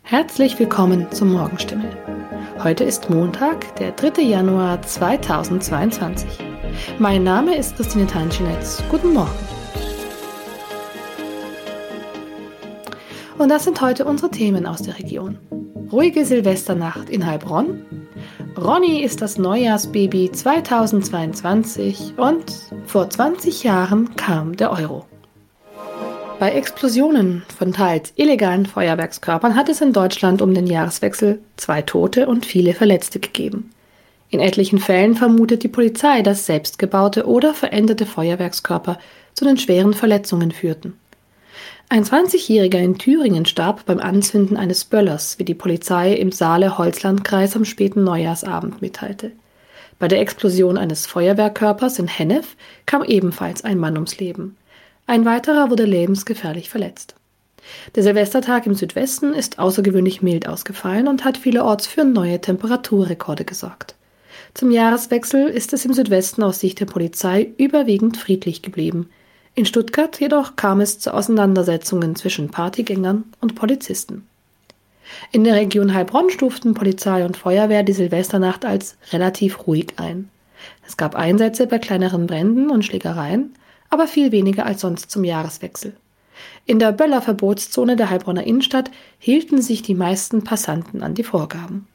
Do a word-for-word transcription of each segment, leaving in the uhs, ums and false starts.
Herzlich willkommen zur Morgenstimme. Heute ist Montag, der dritte Januar zweitausendzweiundzwanzig. Mein Name ist Christine Tanschinetz. Guten Morgen. Und das sind heute unsere Themen aus der Region. Ruhige Silvesternacht in Heilbronn. Ronny ist das Neujahrsbaby zweitausendzweiundzwanzig und vor zwanzig Jahren kam der Euro. Bei Explosionen von teils illegalen Feuerwerkskörpern hat es in Deutschland um den Jahreswechsel zwei Tote und viele Verletzte gegeben. In etlichen Fällen vermutet die Polizei, dass selbstgebaute oder veränderte Feuerwerkskörper zu den schweren Verletzungen führten. Ein zwanzigjähriger in Thüringen starb beim Anzünden eines Böllers, wie die Polizei im Saale-Holzland-Kreis am späten Neujahrsabend mitteilte. Bei der Explosion eines Feuerwerkkörpers in Hennef kam ebenfalls ein Mann ums Leben. Ein weiterer wurde lebensgefährlich verletzt. Der Silvestertag im Südwesten ist außergewöhnlich mild ausgefallen und hat vielerorts für neue Temperaturrekorde gesorgt. Zum Jahreswechsel ist es im Südwesten aus Sicht der Polizei überwiegend friedlich geblieben. In Stuttgart jedoch kam es zu Auseinandersetzungen zwischen Partygängern und Polizisten. In der Region Heilbronn stuften Polizei und Feuerwehr die Silvesternacht als relativ ruhig ein. Es gab Einsätze bei kleineren Bränden und Schlägereien, aber viel weniger als sonst zum Jahreswechsel. In der Böller-Verbotszone der Heilbronner Innenstadt hielten sich die meisten Passanten an die Vorgaben.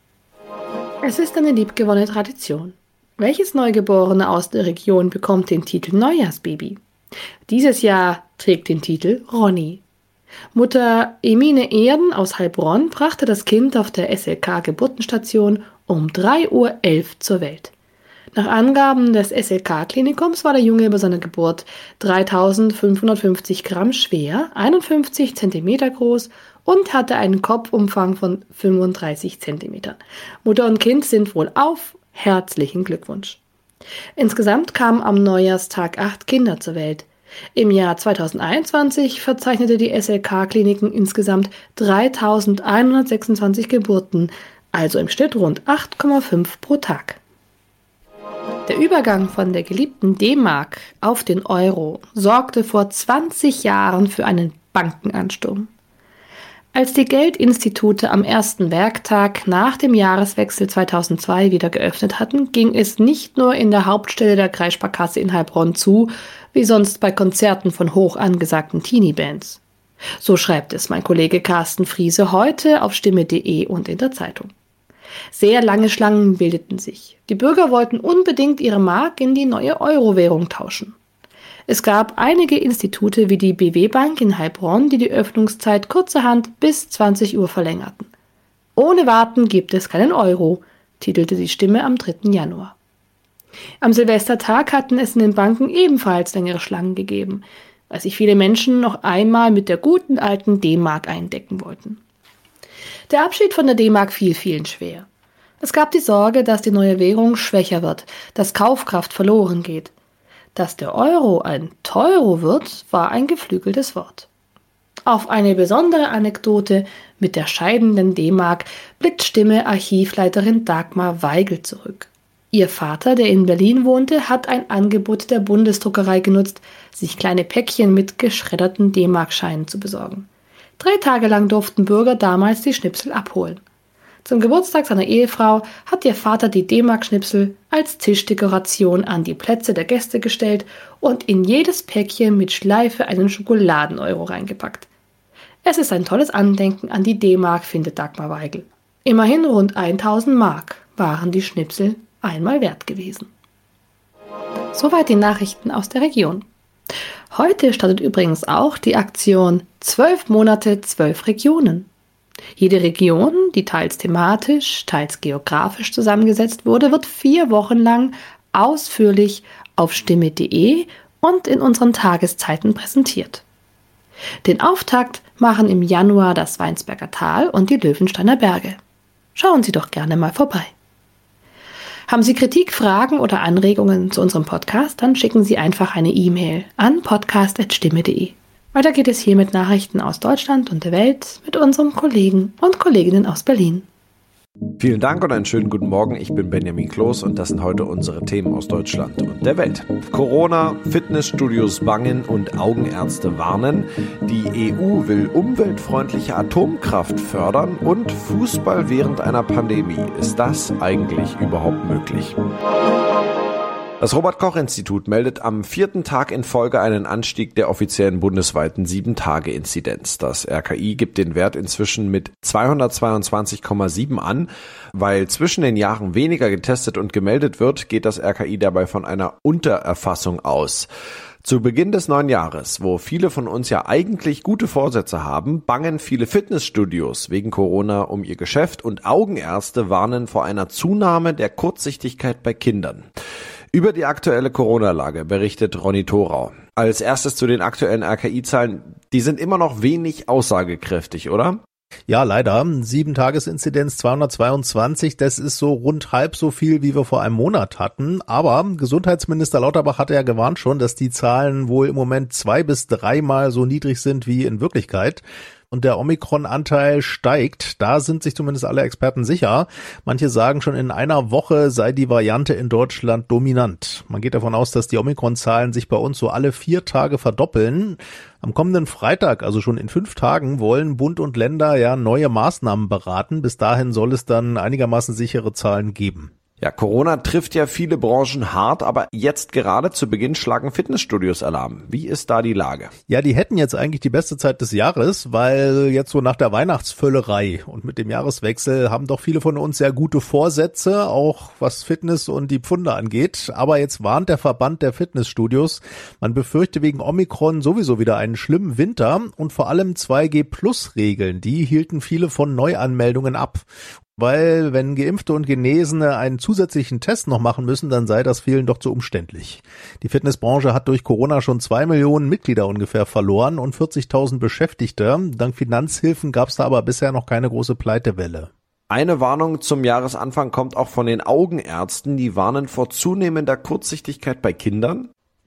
Es ist eine liebgewonnene Tradition. Welches Neugeborene aus der Region bekommt den Titel Neujahrsbaby? Dieses Jahr trägt den Titel Ronny. Mutter Emine Erden aus Heilbronn brachte das Kind auf der S L K-Geburtenstation um drei Uhr elf zur Welt. Nach Angaben des S L K-Klinikums war der Junge bei seiner Geburt dreitausendfünfhundertfünfzig Gramm schwer, einundfünfzig Zentimeter groß und hatte einen Kopfumfang von fünfunddreißig Zentimetern. Mutter und Kind sind wohlauf. Herzlichen Glückwunsch. Insgesamt kamen am Neujahrstag acht Kinder zur Welt. Im Jahr zweitausendeinundzwanzig verzeichnete die S L K-Kliniken insgesamt dreitausendeinhundertsechsundzwanzig Geburten, also im Schnitt rund acht Komma fünf pro Tag. Der Übergang von der geliebten D-Mark auf den Euro sorgte vor zwanzig Jahren für einen Bankenansturm. Als die Geldinstitute am ersten Werktag nach dem Jahreswechsel zweitausendzwei wieder geöffnet hatten, ging es nicht nur in der Hauptstelle der Kreissparkasse in Heilbronn zu, wie sonst bei Konzerten von hoch angesagten Teenie-Bands. So schreibt es mein Kollege Carsten Friese heute auf stimme punkt de und in der Zeitung. Sehr lange Schlangen bildeten sich. Die Bürger wollten unbedingt ihre Mark in die neue Euro-Währung tauschen. Es gab einige Institute wie die B W Bank in Heilbronn, die die Öffnungszeit kurzerhand bis zwanzig Uhr verlängerten. Ohne Warten gibt es keinen Euro, titelte die Stimme am dritten Januar. Am Silvestertag hatten es in den Banken ebenfalls längere Schlangen gegeben, weil sich viele Menschen noch einmal mit der guten alten D-Mark eindecken wollten. Der Abschied von der D-Mark fiel vielen schwer. Es gab die Sorge, dass die neue Währung schwächer wird, dass Kaufkraft verloren geht. Dass der Euro ein Teuro wird, war ein geflügeltes Wort. Auf eine besondere Anekdote mit der scheidenden D-Mark blickt Stimme-Archivleiterin Dagmar Weigel zurück. Ihr Vater, der in Berlin wohnte, hat ein Angebot der Bundesdruckerei genutzt, sich kleine Päckchen mit geschredderten D-Mark-Scheinen zu besorgen. Drei Tage lang durften Bürger damals die Schnipsel abholen. Zum Geburtstag seiner Ehefrau hat ihr Vater die D-Mark-Schnipsel als Tischdekoration an die Plätze der Gäste gestellt und in jedes Päckchen mit Schleife einen Schokoladen-Euro reingepackt. Es ist ein tolles Andenken an die D-Mark, findet Dagmar Weigel. Immerhin rund tausend Mark waren die Schnipsel einmal wert gewesen. Soweit die Nachrichten aus der Region. Heute startet übrigens auch die Aktion zwölf Monate, zwölf Regionen. Jede Region, die teils thematisch, teils geografisch zusammengesetzt wurde, wird vier Wochen lang ausführlich auf stimme punkt de und in unseren Tageszeiten präsentiert. Den Auftakt machen im Januar das Weinsberger Tal und die Löwensteiner Berge. Schauen Sie doch gerne mal vorbei. Haben Sie Kritik, Fragen oder Anregungen zu unserem Podcast, dann schicken Sie einfach eine E-Mail an podcast at stimme punkt de. Weiter geht es hier mit Nachrichten aus Deutschland und der Welt mit unserem Kollegen und Kolleginnen aus Berlin. Vielen Dank und einen schönen guten Morgen. Ich bin Benjamin Kloß und das sind heute unsere Themen aus Deutschland und der Welt. Corona, Fitnessstudios bangen und Augenärzte warnen. Die E U will umweltfreundliche Atomkraft fördern und Fußball während einer Pandemie. Ist das eigentlich überhaupt möglich? Das Robert-Koch-Institut meldet am vierten Tag in Folge einen Anstieg der offiziellen bundesweiten sieben Tage Inzidenz. Das R K I gibt den Wert inzwischen mit zweihundertzweiundzwanzig Komma sieben an. Weil zwischen den Jahren weniger getestet und gemeldet wird, geht das R K I dabei von einer Untererfassung aus. Zu Beginn des neuen Jahres, wo viele von uns ja eigentlich gute Vorsätze haben, bangen viele Fitnessstudios wegen Corona um ihr Geschäft und Augenärzte warnen vor einer Zunahme der Kurzsichtigkeit bei Kindern. Über die aktuelle Corona-Lage berichtet Ronny Thorau. Als erstes zu den aktuellen R K I-Zahlen. Die sind immer noch wenig aussagekräftig, oder? Ja, leider. sieben-Tages-Inzidenz zweihundertzweiundzwanzig, das ist so rund halb so viel, wie wir vor einem Monat hatten. Aber Gesundheitsminister Lauterbach hatte ja gewarnt schon, dass die Zahlen wohl im Moment zwei bis dreimal so niedrig sind wie in Wirklichkeit. Und der Omikron-Anteil steigt. Da sind sich zumindest alle Experten sicher. Manche sagen schon, in einer Woche sei die Variante in Deutschland dominant. Man geht davon aus, dass die Omikron-Zahlen sich bei uns so alle vier Tage verdoppeln. Am kommenden Freitag, also schon in fünf Tagen, wollen Bund und Länder ja neue Maßnahmen beraten. Bis dahin soll es dann einigermaßen sichere Zahlen geben. Ja, Corona trifft ja viele Branchen hart, aber jetzt gerade zu Beginn schlagen Fitnessstudios Alarm. Wie ist da die Lage? Ja, die hätten jetzt eigentlich die beste Zeit des Jahres, weil jetzt so nach der Weihnachtsvöllerei und mit dem Jahreswechsel haben doch viele von uns sehr gute Vorsätze, auch was Fitness und die Pfunde angeht. Aber jetzt warnt der Verband der Fitnessstudios, man befürchte wegen Omikron sowieso wieder einen schlimmen Winter und vor allem zwei G Plus Regeln, die hielten viele von Neuanmeldungen ab. Weil wenn Geimpfte und Genesene einen zusätzlichen Test noch machen müssen, dann sei das vielen doch zu umständlich. Die Fitnessbranche hat durch Corona schon zwei Millionen Mitglieder ungefähr verloren und vierzigtausend Beschäftigte. Dank Finanzhilfen gab es da aber bisher noch keine große Pleitewelle. Eine Warnung zum Jahresanfang kommt auch von den Augenärzten, die warnen vor zunehmender Kurzsichtigkeit bei Kindern.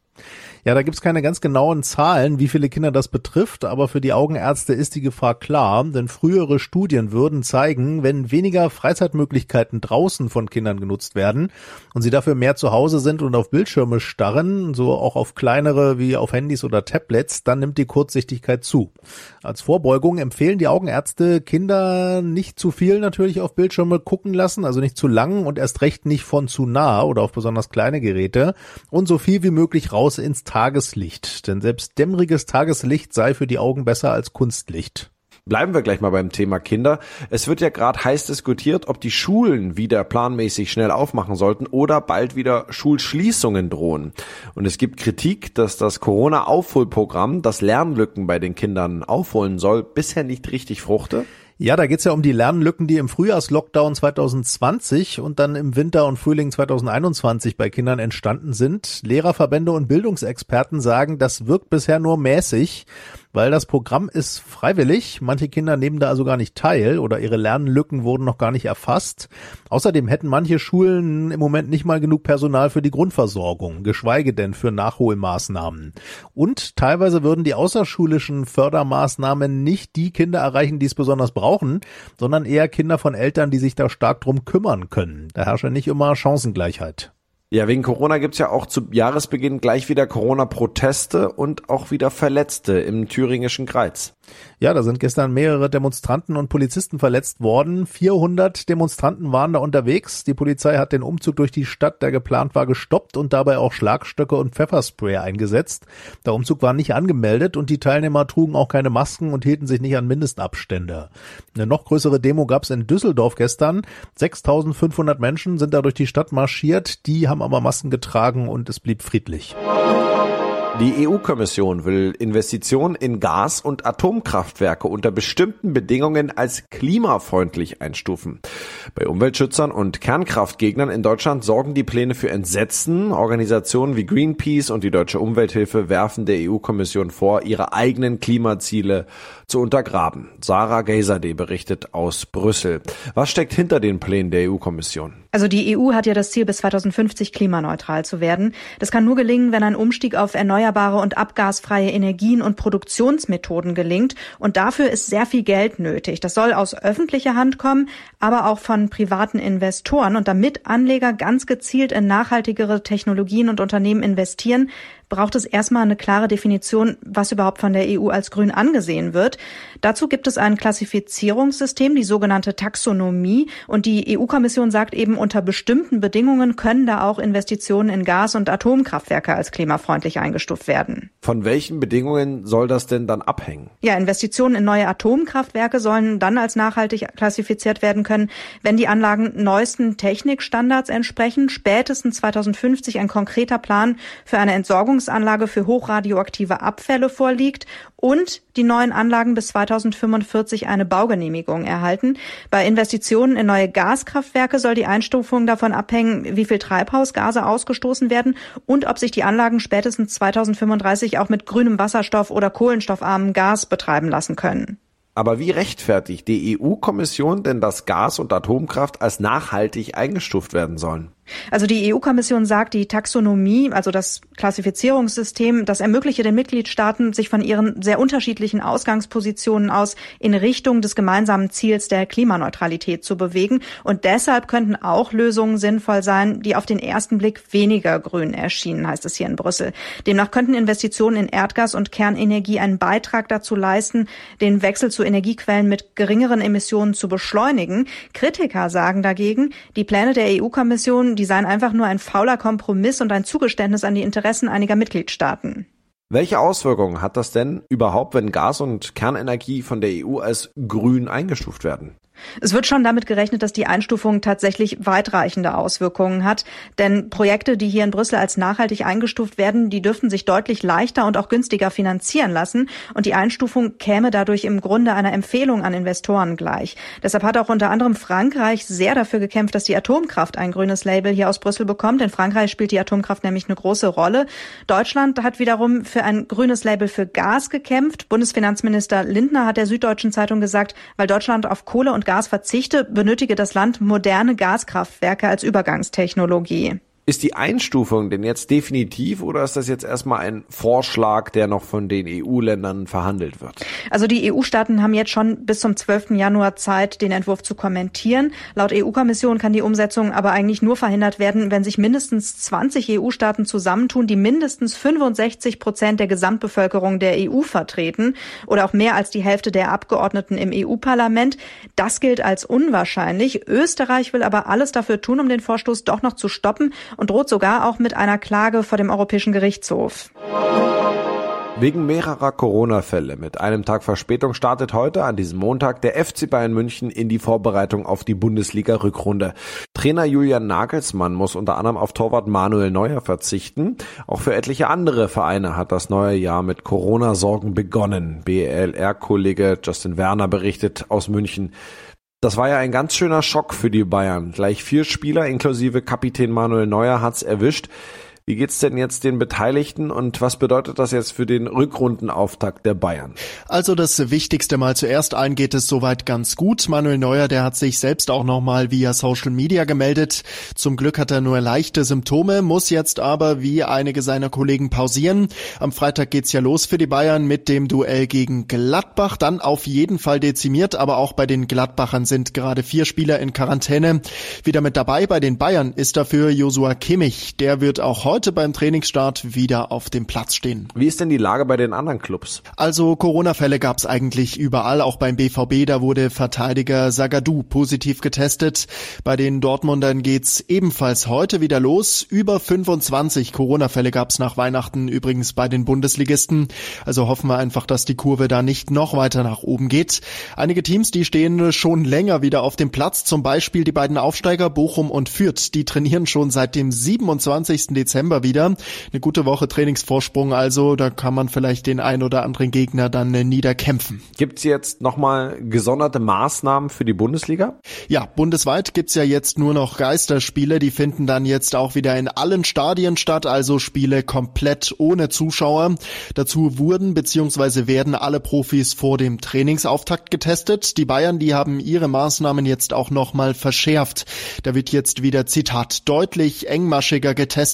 Ja, da gibt's keine ganz genauen Zahlen, wie viele Kinder das betrifft, aber für die Augenärzte ist die Gefahr klar, denn frühere Studien würden zeigen, wenn weniger Freizeitmöglichkeiten draußen von Kindern genutzt werden und sie dafür mehr zu Hause sind und auf Bildschirme starren, so auch auf kleinere wie auf Handys oder Tablets, dann nimmt die Kurzsichtigkeit zu. Als Vorbeugung empfehlen die Augenärzte, Kinder nicht zu viel natürlich auf Bildschirme gucken lassen, also nicht zu lang und erst recht nicht von zu nah oder auf besonders kleine Geräte und so viel wie möglich raus ins Tageslicht, denn selbst dämmeriges Tageslicht sei für die Augen besser als Kunstlicht. Bleiben wir gleich mal beim Thema Kinder. Es wird ja gerade heiß diskutiert, ob die Schulen wieder planmäßig schnell aufmachen sollten oder bald wieder Schulschließungen drohen. Und es gibt Kritik, dass das Corona-Aufholprogramm, das Lernlücken bei den Kindern aufholen soll, bisher nicht richtig fruchte. Ja, da geht's ja um die Lernlücken, die im Frühjahrslockdown zwanzig zwanzig und dann im Winter und Frühling zwanzig einundzwanzig bei Kindern entstanden sind. Lehrerverbände und Bildungsexperten sagen, das wirkt bisher nur mäßig, weil das Programm ist freiwillig. Manche Kinder nehmen da also gar nicht teil oder ihre Lernlücken wurden noch gar nicht erfasst. Außerdem hätten manche Schulen im Moment nicht mal genug Personal für die Grundversorgung, geschweige denn für Nachholmaßnahmen. Und teilweise würden die außerschulischen Fördermaßnahmen nicht die Kinder erreichen, die es besonders brauchen, sondern eher Kinder von Eltern, die sich da stark drum kümmern können. Da herrscht ja nicht immer Chancengleichheit. Ja, wegen Corona gibt's ja auch zu Jahresbeginn gleich wieder Corona-Proteste und auch wieder Verletzte im thüringischen Greiz. Ja, da sind gestern mehrere Demonstranten und Polizisten verletzt worden. vierhundert Demonstranten waren da unterwegs. Die Polizei hat den Umzug durch die Stadt, der geplant war, gestoppt und dabei auch Schlagstöcke und Pfefferspray eingesetzt. Der Umzug war nicht angemeldet und die Teilnehmer trugen auch keine Masken und hielten sich nicht an Mindestabstände. Eine noch größere Demo gab's in Düsseldorf gestern. sechstausendfünfhundert Menschen sind da durch die Stadt marschiert. Die haben aber Masken getragen und es blieb friedlich. Die E U-Kommission will Investitionen in Gas- und Atomkraftwerke unter bestimmten Bedingungen als klimafreundlich einstufen. Bei Umweltschützern und Kernkraftgegnern in Deutschland sorgen die Pläne für Entsetzen. Organisationen wie Greenpeace und die Deutsche Umwelthilfe werfen der E U-Kommission vor, ihre eigenen Klimaziele zu untergraben. Sarah Gaysadeh berichtet aus Brüssel. Was steckt hinter den Plänen der E U-Kommission? Also die E U hat ja das Ziel, bis zweitausendfünfzig klimaneutral zu werden. Das kann nur gelingen, wenn ein Umstieg auf erneuerbare erneuerbare und abgasfreie Energien und Produktionsmethoden gelingt. Und dafür ist sehr viel Geld nötig. Das soll aus öffentlicher Hand kommen, aber auch von privaten Investoren. Und damit Anleger ganz gezielt in nachhaltigere Technologien und Unternehmen investieren, braucht es erstmal eine klare Definition, was überhaupt von der E U als grün angesehen wird. Dazu gibt es ein Klassifizierungssystem, die sogenannte Taxonomie. Und die E U-Kommission sagt eben, unter bestimmten Bedingungen können da auch Investitionen in Gas- und Atomkraftwerke als klimafreundlich eingestuft werden. Von welchen Bedingungen soll das denn dann abhängen? Ja, Investitionen in neue Atomkraftwerke sollen dann als nachhaltig klassifiziert werden können, wenn die Anlagen neuesten Technikstandards entsprechen, spätestens zweitausendfünfzig ein konkreter Plan für eine Entsorgung Anlage für hochradioaktive Abfälle vorliegt und die neuen Anlagen bis zweitausendfünfundvierzig eine Baugenehmigung erhalten. Bei Investitionen in neue Gaskraftwerke soll die Einstufung davon abhängen, wie viel Treibhausgase ausgestoßen werden und ob sich die Anlagen spätestens zweitausendfünfunddreißig auch mit grünem Wasserstoff oder kohlenstoffarmem Gas betreiben lassen können. Aber wie rechtfertigt die E U-Kommission denn, dass Gas- und Atomkraft als nachhaltig eingestuft werden sollen? Also die E U-Kommission sagt, die Taxonomie, also das Klassifizierungssystem, das ermögliche den Mitgliedstaaten, sich von ihren sehr unterschiedlichen Ausgangspositionen aus in Richtung des gemeinsamen Ziels der Klimaneutralität zu bewegen. Und deshalb könnten auch Lösungen sinnvoll sein, die auf den ersten Blick weniger grün erschienen, heißt es hier in Brüssel. Demnach könnten Investitionen in Erdgas und Kernenergie einen Beitrag dazu leisten, den Wechsel zu Energiequellen mit geringeren Emissionen zu beschleunigen. Kritiker sagen dagegen, die Pläne der E U-Kommission, die seien einfach nur ein fauler Kompromiss und ein Zugeständnis an die Interessen einiger Mitgliedstaaten. Welche Auswirkungen hat das denn überhaupt, wenn Gas- und Kernenergie von der E U als grün eingestuft werden? Es wird schon damit gerechnet, dass die Einstufung tatsächlich weitreichende Auswirkungen hat. Denn Projekte, die hier in Brüssel als nachhaltig eingestuft werden, die dürften sich deutlich leichter und auch günstiger finanzieren lassen. Und die Einstufung käme dadurch im Grunde einer Empfehlung an Investoren gleich. Deshalb hat auch unter anderem Frankreich sehr dafür gekämpft, dass die Atomkraft ein grünes Label hier aus Brüssel bekommt. In Frankreich spielt die Atomkraft nämlich eine große Rolle. Deutschland hat wiederum für ein grünes Label für Gas gekämpft. Bundesfinanzminister Lindner hat der Süddeutschen Zeitung gesagt, weil Deutschland auf Kohle und Gas verzichte, benötige das Land moderne Gaskraftwerke als Übergangstechnologie. Ist die Einstufung denn jetzt definitiv oder ist das jetzt erstmal ein Vorschlag, der noch von den E U-Ländern verhandelt wird? Also die E U-Staaten haben jetzt schon bis zum zwölften Januar Zeit, den Entwurf zu kommentieren. Laut E U-Kommission kann die Umsetzung aber eigentlich nur verhindert werden, wenn sich mindestens zwanzig E U-Staaten zusammentun, die mindestens fünfundsechzig Prozent der Gesamtbevölkerung der E U vertreten oder auch mehr als die Hälfte der Abgeordneten im E U-Parlament. Das gilt als unwahrscheinlich. Österreich will aber alles dafür tun, um den Vorstoß doch noch zu stoppen und droht sogar auch mit einer Klage vor dem Europäischen Gerichtshof. Wegen mehrerer Corona-Fälle mit einem Tag Verspätung startet heute an diesem Montag der F C Bayern München in die Vorbereitung auf die Bundesliga-Rückrunde. Trainer Julian Nagelsmann muss unter anderem auf Torwart Manuel Neuer verzichten. Auch für etliche andere Vereine hat das neue Jahr mit Corona-Sorgen begonnen. B L R-Kollege Justin Werner berichtet aus München. Das war ja ein ganz schöner Schock für die Bayern. Gleich vier Spieler inklusive Kapitän Manuel Neuer hat's erwischt. Wie geht's denn jetzt den Beteiligten und was bedeutet das jetzt für den Rückrundenauftakt der Bayern? Also das Wichtigste mal zuerst, allen geht es soweit ganz gut. Manuel Neuer, der hat sich selbst auch nochmal via Social Media gemeldet. Zum Glück hat er nur leichte Symptome, muss jetzt aber wie einige seiner Kollegen pausieren. Am Freitag geht's ja los für die Bayern mit dem Duell gegen Gladbach. Dann auf jeden Fall dezimiert, aber auch bei den Gladbachern sind gerade vier Spieler in Quarantäne. Wieder mit dabei bei den Bayern ist dafür Joshua Kimmich. Der wird auch heute heute beim Trainingsstart wieder auf dem Platz stehen. Wie ist denn die Lage bei den anderen Clubs? Also Corona-Fälle gab es eigentlich überall, auch beim B V B, da wurde Verteidiger Zagadou positiv getestet. Bei den Dortmundern geht's ebenfalls heute wieder los. Über fünfundzwanzig Corona-Fälle gab es nach Weihnachten übrigens bei den Bundesligisten. Also hoffen wir einfach, dass die Kurve da nicht noch weiter nach oben geht. Einige Teams, die stehen schon länger wieder auf dem Platz, zum Beispiel die beiden Aufsteiger Bochum und Fürth. Die trainieren schon seit dem siebenundzwanzigsten Dezember wieder. Eine gute Woche Trainingsvorsprung also, da kann man vielleicht den ein oder anderen Gegner dann niederkämpfen. Gibt's jetzt nochmal gesonderte Maßnahmen für die Bundesliga? Ja, bundesweit gibt's ja jetzt nur noch Geisterspiele, die finden dann jetzt auch wieder in allen Stadien statt, also Spiele komplett ohne Zuschauer. Dazu wurden bzw. werden alle Profis vor dem Trainingsauftakt getestet. Die Bayern, die haben ihre Maßnahmen jetzt auch nochmal verschärft. Da wird jetzt wieder, Zitat, deutlich engmaschiger getestet.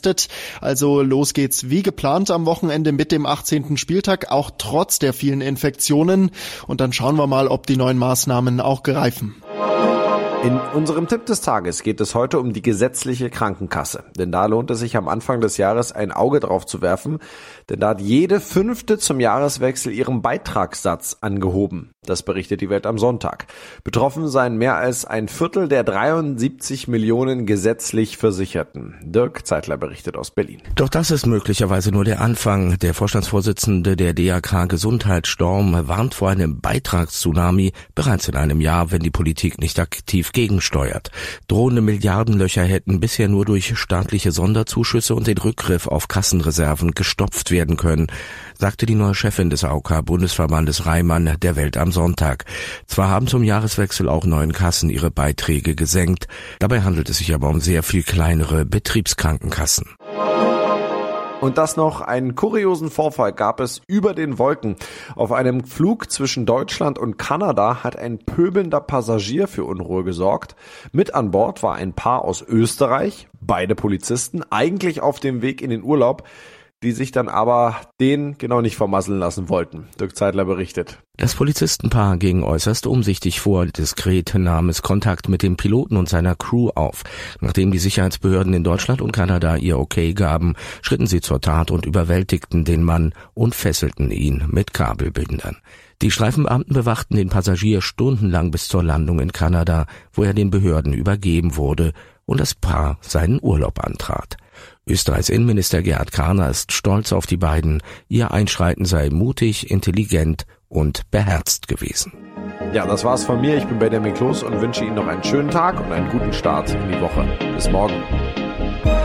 Also los geht's wie geplant am Wochenende mit dem achtzehnten Spieltag, auch trotz der vielen Infektionen. Und dann schauen wir mal, ob die neuen Maßnahmen auch greifen. In unserem Tipp des Tages geht es heute um die gesetzliche Krankenkasse. Denn da lohnt es sich am Anfang des Jahres ein Auge drauf zu werfen. Denn da hat jede Fünfte zum Jahreswechsel ihren Beitragssatz angehoben. Das berichtet die Welt am Sonntag. Betroffen seien mehr als ein Viertel der dreiundsiebzig Millionen gesetzlich Versicherten. Dirk Zeitler berichtet aus Berlin. Doch das ist möglicherweise nur der Anfang. Der Vorstandsvorsitzende der D R K Gesundheit Storm warnt vor einem Beitragstsunami bereits in einem Jahr, wenn die Politik nicht aktiv gegensteuert. Drohende Milliardenlöcher hätten bisher nur durch staatliche Sonderzuschüsse und den Rückgriff auf Kassenreserven gestopft werden können, sagte die neue Chefin des A O K-Bundesverbandes Reimann der Welt am Sonntag. Zwar haben zum Jahreswechsel auch neun Kassen ihre Beiträge gesenkt, dabei handelt es sich aber um sehr viel kleinere Betriebskrankenkassen. Und das noch, einen kuriosen Vorfall gab es über den Wolken. Auf einem Flug zwischen Deutschland und Kanada hat ein pöbelnder Passagier für Unruhe gesorgt. Mit an Bord war ein Paar aus Österreich, beide Polizisten, eigentlich auf dem Weg in den Urlaub, die sich dann aber den genau nicht vermasseln lassen wollten. Dirk Zeitler berichtet. Das Polizistenpaar ging äußerst umsichtig vor. Diskret nahm es Kontakt mit dem Piloten und seiner Crew auf. Nachdem die Sicherheitsbehörden in Deutschland und Kanada ihr Okay gaben, schritten sie zur Tat und überwältigten den Mann und fesselten ihn mit Kabelbindern. Die Streifenbeamten bewachten den Passagier stundenlang bis zur Landung in Kanada, wo er den Behörden übergeben wurde und das Paar seinen Urlaub antrat. Österreichs Innenminister Gerhard Karner ist stolz auf die beiden. Ihr Einschreiten sei mutig, intelligent und beherzt gewesen. Ja, das war's von mir. Ich bin Benjamin Kloß und wünsche Ihnen noch einen schönen Tag und einen guten Start in die Woche. Bis morgen.